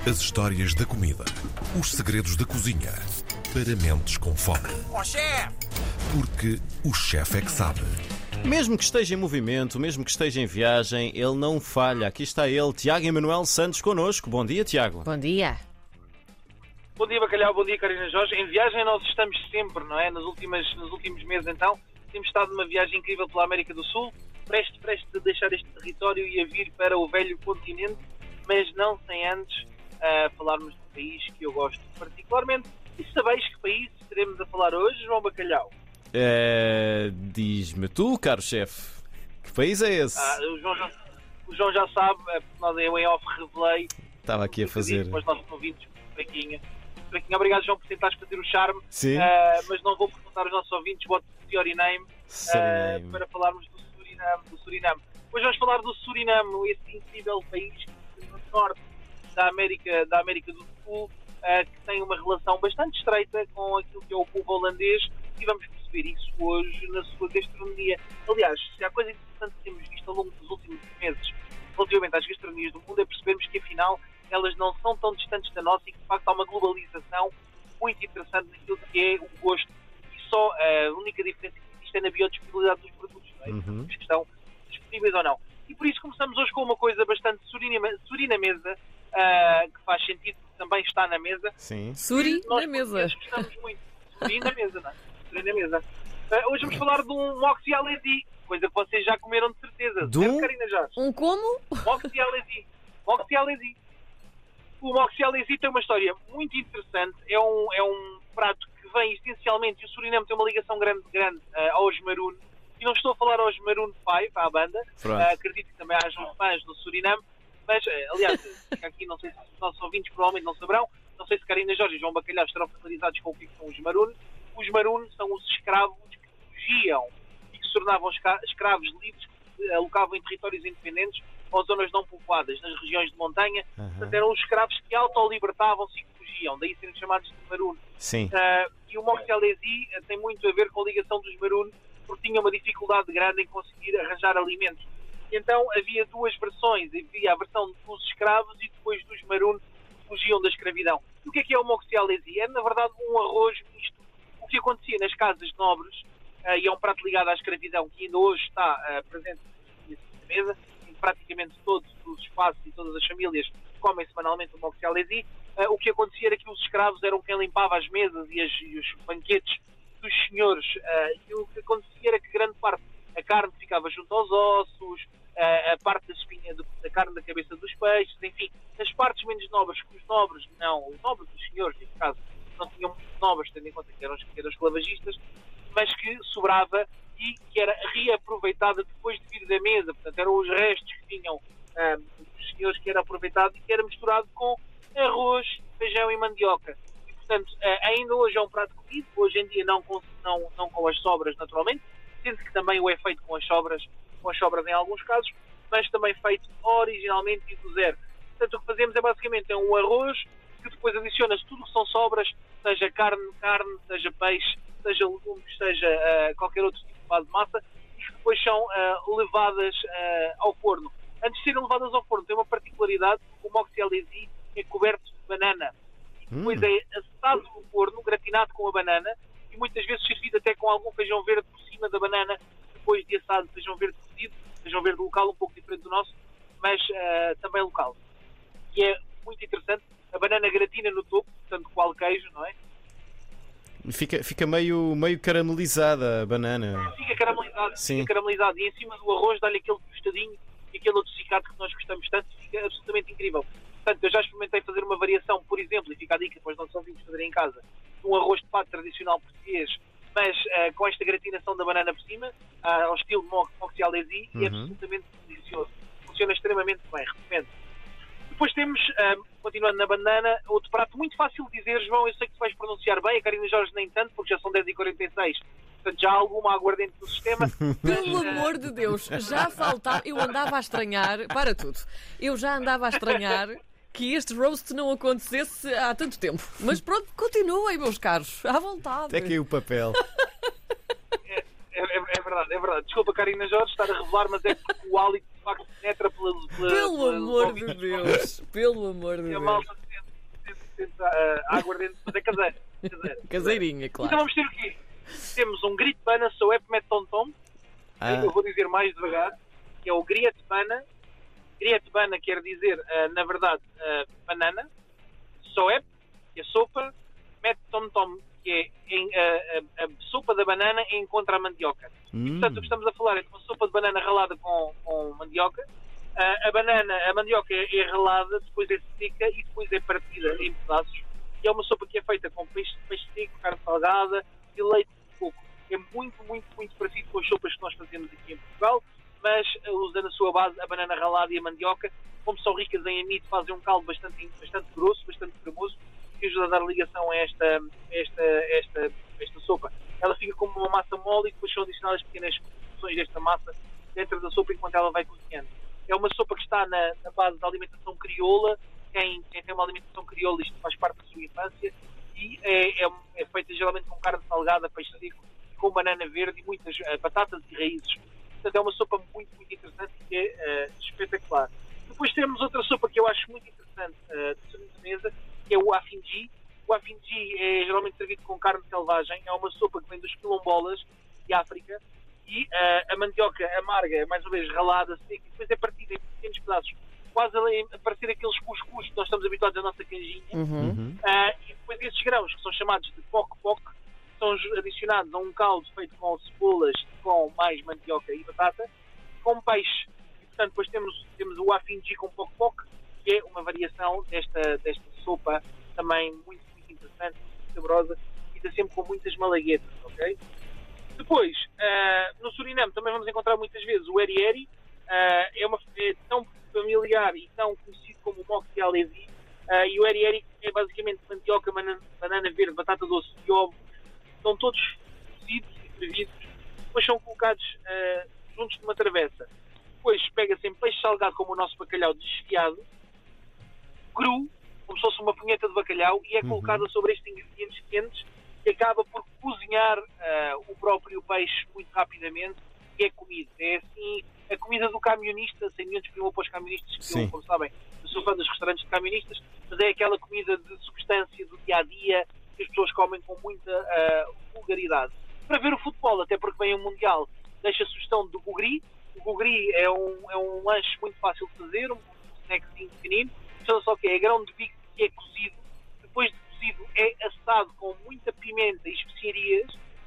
As histórias da comida. Os segredos da cozinha. Para mentes com fome. Ó chefe! Porque o chefe é que sabe. Mesmo que esteja em movimento, mesmo que esteja em viagem, ele não falha. Aqui está ele, Tiago Emanuel Santos, connosco. Bom dia, Tiago. Bom dia. Bom dia, Bacalhau. Bom dia, Karina Jorge. Em viagem nós estamos sempre, não é? Nos últimos meses, então, temos estado numa viagem incrível pela América do Sul, prestes a deixar este território e a vir para o velho continente, mas não sem antes falarmos de um país que eu gosto particularmente. E sabeis que país estaremos a falar hoje, João Bacalhau? Diz-me tu, caro chefe, que país é esse? O João já sabe, porque nós eu em off revelei. Estava aqui a fazer. Depois nós ouvintes, fraquinha. Obrigado, João, por tentares fazer o charme. Sim. Mas não vou perguntar aos nossos ouvintes what is your name, para falarmos do Suriname. Hoje vamos falar do Suriname, esse incrível país que fica no norte da América do Sul, que tem uma relação bastante estreita com aquilo que é o povo holandês, e vamos perceber isso hoje na sua gastronomia. Aliás, se há coisa interessante que temos visto ao longo dos últimos meses relativamente às gastronomias do mundo, é percebermos que afinal elas não são tão distantes da nossa e que de facto há uma globalização muito interessante naquilo que é o gosto, e só a única diferença que existe é na biodisponibilidade dos produtos, não é? Que estão disponíveis ou não. E por isso começamos hoje com uma coisa bastante surinamesa, que faz sentido, porque também está na mesa. Sim. Suri na mesa. Nós gostamos muito. Suri na mesa, não é? Suri na mesa. Hoje vamos falar de um moxialesi, coisa que vocês já comeram de certeza. De um? Certo, Karina Jorge? Um como? Moxialesi. O moxialesi tem uma história muito interessante. É um prato que vem essencialmente, e o Suriname tem uma ligação grande aos Maroon. E não estou a falar aos Maroon 5, à banda. Acredito que também hajam fãs do Suriname. Mas, aliás, aqui não sei se os nossos ouvintes provavelmente não saberão. Não sei se Karina Jorge e João Bacalhau estarão familiarizados com o que são os Maroon. Os Maroon são os escravos que fugiam e que se tornavam escravos livres, que se alocavam em territórios independentes ou zonas não povoadas, nas regiões de montanha. Portanto, eram os escravos que auto-libertavam-se e que fugiam, daí serem chamados de Maroon. Sim. E o moxialesi tem muito a ver com a ligação dos Maroon, porque tinha uma dificuldade grande em conseguir arranjar alimentos. E então havia duas versões, havia a versão dos escravos e depois dos Maroon que fugiam da escravidão. E o que é o moxialesi? É, na verdade, um arroz misto. O que acontecia nas casas nobres, e é um prato ligado à escravidão, que ainda hoje está presente na mesa, em praticamente todos os espaços e todas as famílias comem semanalmente o moxialesi. O que acontecia era que os escravos eram quem limpava as mesas e os banquetes dos senhores, e o que acontecia era que grande parte a carne ficava junto aos ossos, a parte da espinha da carne da cabeça dos peixes, enfim, as partes menos nobres, que os nobres dos senhores, neste caso, não tinham muitos nobres, tendo em conta que eram esclavagistas, mas que sobrava e que era reaproveitada depois de vir da mesa. Portanto, eram os restos que tinham dos senhores, que era aproveitado e que era misturado com arroz, feijão e mandioca. E, portanto, ainda hoje é um prato comido, hoje em dia não com as sobras, naturalmente, sendo que também o é feito com as sobras em alguns casos, mas também feito originalmente do zero. Portanto, o que fazemos é basicamente um arroz que depois adiciona-se tudo que são sobras, seja carne, seja peixe, seja legumes, seja qualquer outro tipo de base de massa, e que depois são levadas ao forno. Antes de serem levadas ao forno, tem uma particularidade: o moxialesi é coberto de banana e depois é assado no forno, gratinado com a banana, e muitas vezes servido até com algum feijão verde por cima da banana, depois de assado, feijão verde cozido, feijão verde local, um pouco diferente do nosso, mas também local. E é muito interessante, a banana gratina no topo, portanto, qual queijo, não é? Fica meio caramelizada a banana. Fica caramelizado, Sim. Fica caramelizado, e em cima do arroz dá-lhe aquele tostadinho e aquele adocicado que nós gostamos tanto, fica absolutamente incrível. Portanto, eu já experimentei fazer uma variação, por exemplo, e fica a dica para os nossos ouvintes fazerem em casa, um arroz de pato tradicional português, mas com esta gratinação da banana por cima, ao estilo moxialesi, e é absolutamente delicioso. Funciona extremamente bem, recomendo. Depois temos, continuando na banana, outro prato muito fácil de dizer, João, eu sei que tu vais pronunciar bem, a Karina Jorge nem tanto, porque já são 10h46, portanto já há alguma aguardente no sistema. Pelo amor de Deus, já faltava. Eu andava a estranhar. Para tudo. Eu já andava a estranhar que este roast não acontecesse há tanto tempo. Mas pronto, continuem, meus caros, à vontade. Até caiu o papel. É verdade. Desculpa, Karina Jorge, estar a revelar, mas é porque o hálito de facto penetra Pelo amor de Deus. Pelo amor de E a Deus. malta sentes a aguardente, mas é caseira. Caseirinha, Então claro. vamos ter o quê? Temos um grito bana, sou ep met tom tom. Eu vou dizer mais devagar, que é o griet bana. Griet bana quer dizer, na verdade, banana. Soep, que é sopa. Met tom tom, que é a sopa da banana encontra a mandioca. E, portanto, o que estamos a falar é de uma sopa de banana ralada com mandioca. A mandioca é ralada, depois é seca e depois é partida em pedaços. E é uma sopa que é feita com peixe seco, carne salgada e leite de coco. É muito, muito, muito parecido com as sopas que nós fazemos aqui em Portugal, mas usando a sua base a banana ralada e a mandioca. Como são ricas em amido, fazem um caldo bastante grosso, bastante cremoso, que ajuda a dar ligação a esta sopa. Ela fica como uma massa mole e depois são adicionadas pequenas porções desta massa dentro da sopa enquanto ela vai cozinhando. É uma sopa que está na base da alimentação crioula. Quem tem uma alimentação crioula, isto faz parte da sua infância, e é feita geralmente com carne salgada, peixe seco, com banana verde e muitas batatas e raízes. Portanto, é uma sopa muito, muito interessante e que é espetacular. Depois temos outra sopa que eu acho muito interessante de sobremesa, que é o afinji. O afinji é geralmente servido com carne selvagem. É uma sopa que vem dos quilombolas de África e a mandioca amarga, mais ou menos ralada, seca, e depois é partida em pequenos pedaços, quase a parecer aqueles cuscuz que nós estamos habituados à nossa canjinha. E depois esses grãos, que são chamados de poc-poc, são adicionados a um caldo feito com cebolas, com mais mandioca e batata, com peixe. E, portanto, depois temos o afinji com poc-poc, que é uma variação desta sopa, também muito, muito interessante, muito saborosa, e está sempre com muitas malaguetas, ok? Depois, no Suriname também vamos encontrar muitas vezes o eri-eri. É tão familiar e tão conhecido como o moque de Alesi. E o eri-eri é basicamente mandioca, banana verde, batata doce e ovo. São todos cozidos e fervidos. Depois são colocados juntos numa travessa. Depois pega-se em peixe salgado, como o nosso bacalhau desfiado, cru, como se fosse uma punheta de bacalhau, e é colocada sobre estes ingredientes quentes, que acaba por cozinhar o próprio peixe muito rapidamente, e é comido. É assim a comida do camionista, sem nenhum desprimor para os camionistas, que eu, como sabem, eu sou fã dos restaurantes de camionistas, mas é aquela comida de substância do dia-a-dia que as pessoas comem com muita vulgaridade. Para ver o futebol, até porque vem o Mundial, deixa a sugestão do gugri. O gugri é um lanche muito fácil de fazer, um snackzinho pequenino, só que é grão de bico que é cozido, depois de cozido é assado com muita pimenta e especiarias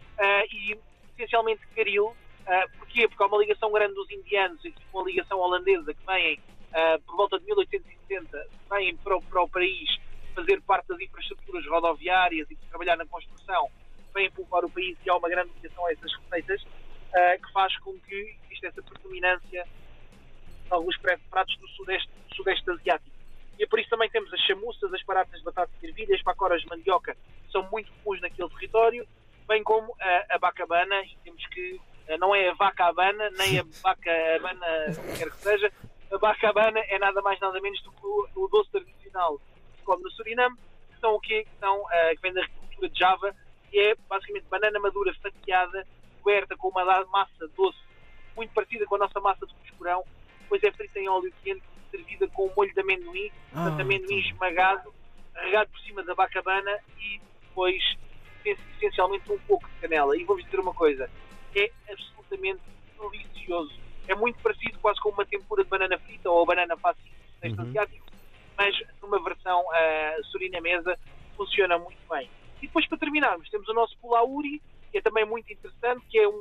e essencialmente caril. Porquê? Porque há uma ligação grande dos indianos e uma ligação holandesa que vêm por volta de 1870, vêm para o país fazer parte das infraestruturas rodoviárias e trabalhar na construção, vêm povoar o país, e há uma grande ligação a essas receitas que faz com que exista essa predominância de alguns pratos do sudeste asiático. E é por isso também temos as chamuças, as baratas de batata e ervilha, as pacoras de mandioca, que são muito comuns naquele território, bem como a bacabana, e temos que não é a vaca abana, nem a vaca abana, quer que seja. A bacabana é nada mais nada menos do que o doce tradicional que se come no Suriname, que são o quê? Que vem da agricultura de Java, que é basicamente banana madura fatiada, coberta com uma massa doce, muito parecida com a nossa massa de cuscurão, depois é frita em óleo quente, servida com um molho de amendoim, portanto amendoim esmagado, regado por cima da bacabana e depois essencialmente um pouco de canela. E vou-vos dizer uma coisa, é absolutamente delicioso. É muito parecido quase com uma tempura de banana frita ou banana fácil neste asiático, mas numa versão surinamesa funciona muito bem. E depois, para terminarmos, temos o nosso pulauri, que é também muito interessante, que é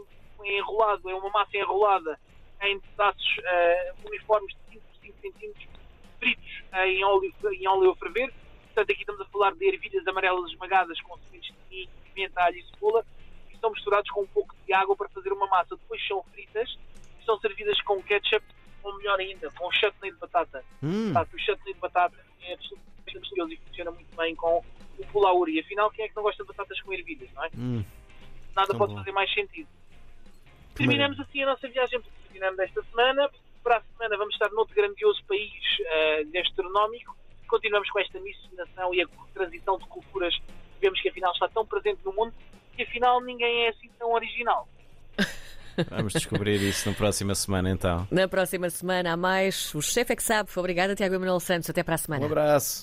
uma massa enrolada em pedaços uniformes de 5 por 5 centímetros, fritos em óleo a ferver. Portanto, aqui estamos a falar de ervilhas amarelas esmagadas com sementes de milho, pimenta, alho e cebola, que estão misturados com um pouco de água para fazer uma massa. Depois são fritas e são servidas com ketchup, ou melhor ainda, com chutney de batata. O chutney de batata é absolutamente delicioso e funciona muito bem com o pulauri. Afinal, quem é que não gosta de batatas com ervilhas, não é? Nada pode fazer mais sentido. Terminamos assim a nossa viagem para o Suriname desta semana. Para a semana vamos estar noutro grandioso país gastronómico. Continuamos com esta miscigenação e a transição de culturas que vemos que afinal está tão presente no mundo que afinal ninguém é assim tão original. Vamos descobrir isso na próxima semana, então. Na próxima semana há mais. O Chefe é que sabe. Obrigada, Tiago Emanuel Santos. Até para a semana. Um abraço.